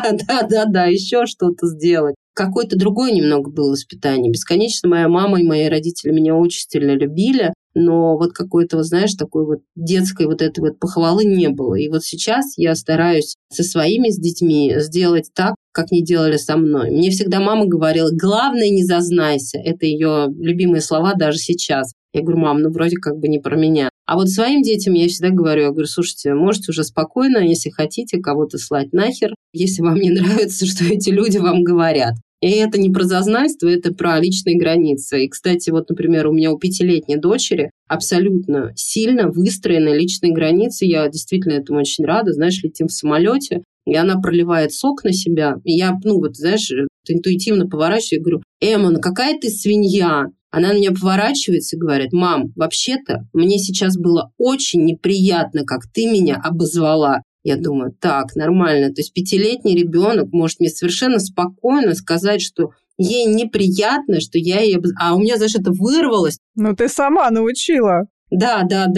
еще что-то сделать. Какое-то другое немного было воспитание. Бесконечно моя мама и мои родители меня очень сильно любили, но вот какой-то, вот, знаешь, такой вот детской вот этой вот похвалы не было. И вот сейчас я стараюсь со своими с детьми сделать так, как не делали со мной. Мне всегда мама говорила, главное, не зазнайся. Это ее любимые слова даже сейчас. Я говорю, мам, ну вроде как бы не про меня. А вот своим детям я всегда говорю, слушайте, можете уже спокойно, если хотите, кого-то слать нахер, если вам не нравится, что эти люди вам говорят. И это не про зазнайство, это про личные границы. И, кстати, вот, например, у меня у 5-летней дочери абсолютно сильно выстроены личные границы. Я действительно этому очень рада. Знаешь, летим в самолете, и она проливает сок на себя. И я, знаешь, интуитивно поворачиваюсь и говорю, Эмма, ну какая ты свинья? Она на меня поворачивается и говорит, мам, вообще-то мне сейчас было очень неприятно, как ты меня обозвала. Я думаю, так, нормально. То есть 5-летний ребенок может мне совершенно спокойно сказать, что ей неприятно, что я ей... А у меня, знаешь, это вырвалось. Ну, ты сама научила. Да.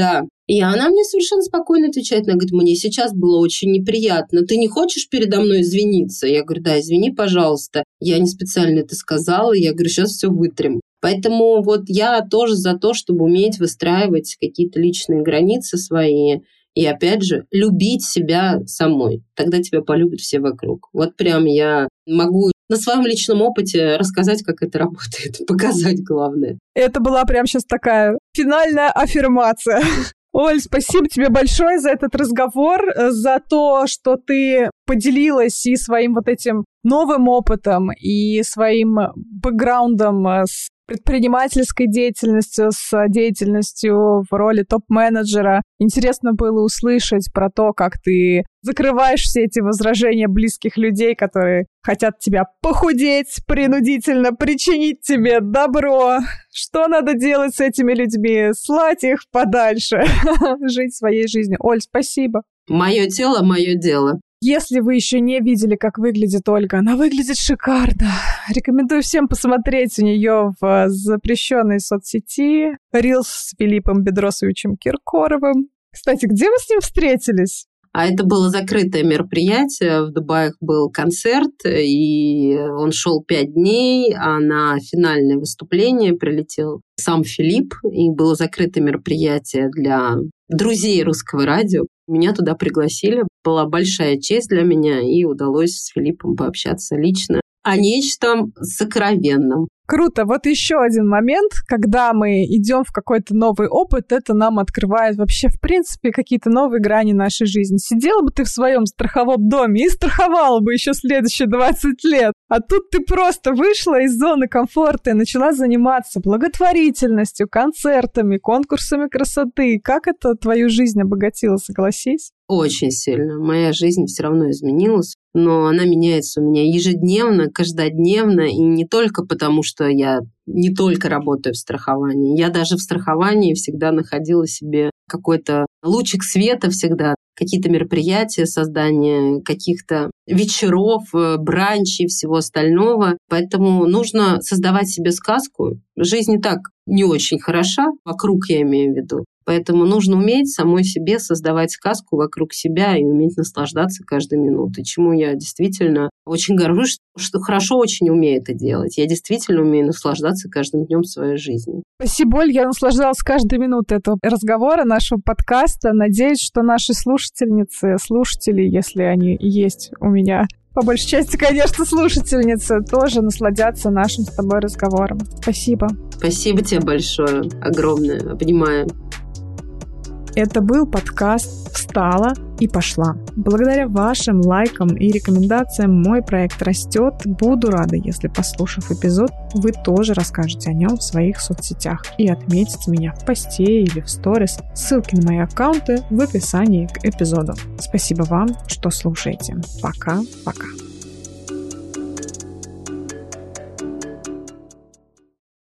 И она мне совершенно спокойно отвечает. Она говорит, мне сейчас было очень неприятно. Ты не хочешь передо мной извиниться? Я говорю, да, извини, пожалуйста. Я не специально это сказала. Я говорю, сейчас все вытрем. Поэтому вот я тоже за то, чтобы уметь выстраивать какие-то личные границы свои. И опять же, любить себя самой. Тогда тебя полюбят все вокруг. Вот прям я могу на своем личном опыте рассказать, как это работает. Показать главное. Это была прям сейчас такая финальная аффирмация. Оль, спасибо тебе большое за этот разговор, за то, что ты поделилась и своим вот этим новым опытом, и своим бэкграундом с предпринимательской деятельностью, с деятельностью в роли топ-менеджера. Интересно было услышать про то, как ты закрываешь все эти возражения близких людей, которые хотят тебя похудеть, принудительно причинить тебе добро. Что надо делать с этими людьми? Слать их подальше, жить своей жизнью. Оль, спасибо. Мое тело, мое дело. Если вы еще не видели, как выглядит Ольга, она выглядит шикарно. Рекомендую всем посмотреть у нее в запрещенной соцсети Reels с Филиппом Бедросовичем Киркоровым. Кстати, где вы с ним встретились? А это было закрытое мероприятие. В Дубае был концерт, и он шел 5 дней, а на финальное выступление прилетел сам Филипп, и было закрытое мероприятие для друзей Русского радио. Меня туда пригласили. Была большая честь для меня, и удалось с Филиппом пообщаться лично о нечто сокровенном. Круто. Вот еще один момент, когда мы идем в какой-то новый опыт, это нам открывает вообще, в принципе, какие-то новые грани нашей жизни. Сидела бы ты в своем страховом доме и страховала бы еще следующие 20 лет. А тут ты просто вышла из зоны комфорта и начала заниматься благотворительностью, концертами, конкурсами красоты. Как это твою жизнь обогатило, согласись? Очень сильно. Моя жизнь все равно изменилась, но она меняется у меня ежедневно, каждодневно, и не только потому, что я не только работаю в страховании. Я даже в страховании всегда находила себе какой-то лучик света всегда, какие-то мероприятия, создание каких-то вечеров, бранчей и всего остального. Поэтому нужно создавать себе сказку. Жизнь и так не очень хороша, вокруг я имею в виду. Поэтому нужно уметь самой себе создавать сказку вокруг себя и уметь наслаждаться каждой минутой, чему я действительно очень горжусь, что хорошо очень умею это делать. Я действительно умею наслаждаться каждым днем своей жизни. Спасибо, Оль. Я наслаждалась каждой минутой этого разговора, нашего подкаста. Надеюсь, что наши слушательницы, слушатели, если они есть у меня, по большей части, конечно, слушательницы, тоже насладятся нашим с тобой разговором. Спасибо. Спасибо тебе большое, огромное. Обнимаю. Это был подкаст «Встала и пошла». Благодаря вашим лайкам и рекомендациям мой проект растет. Буду рада, если, послушав эпизод, вы тоже расскажете о нем в своих соцсетях и отметите меня в посте или в сторис. Ссылки на мои аккаунты в описании к эпизоду. Спасибо вам, что слушаете. Пока-пока.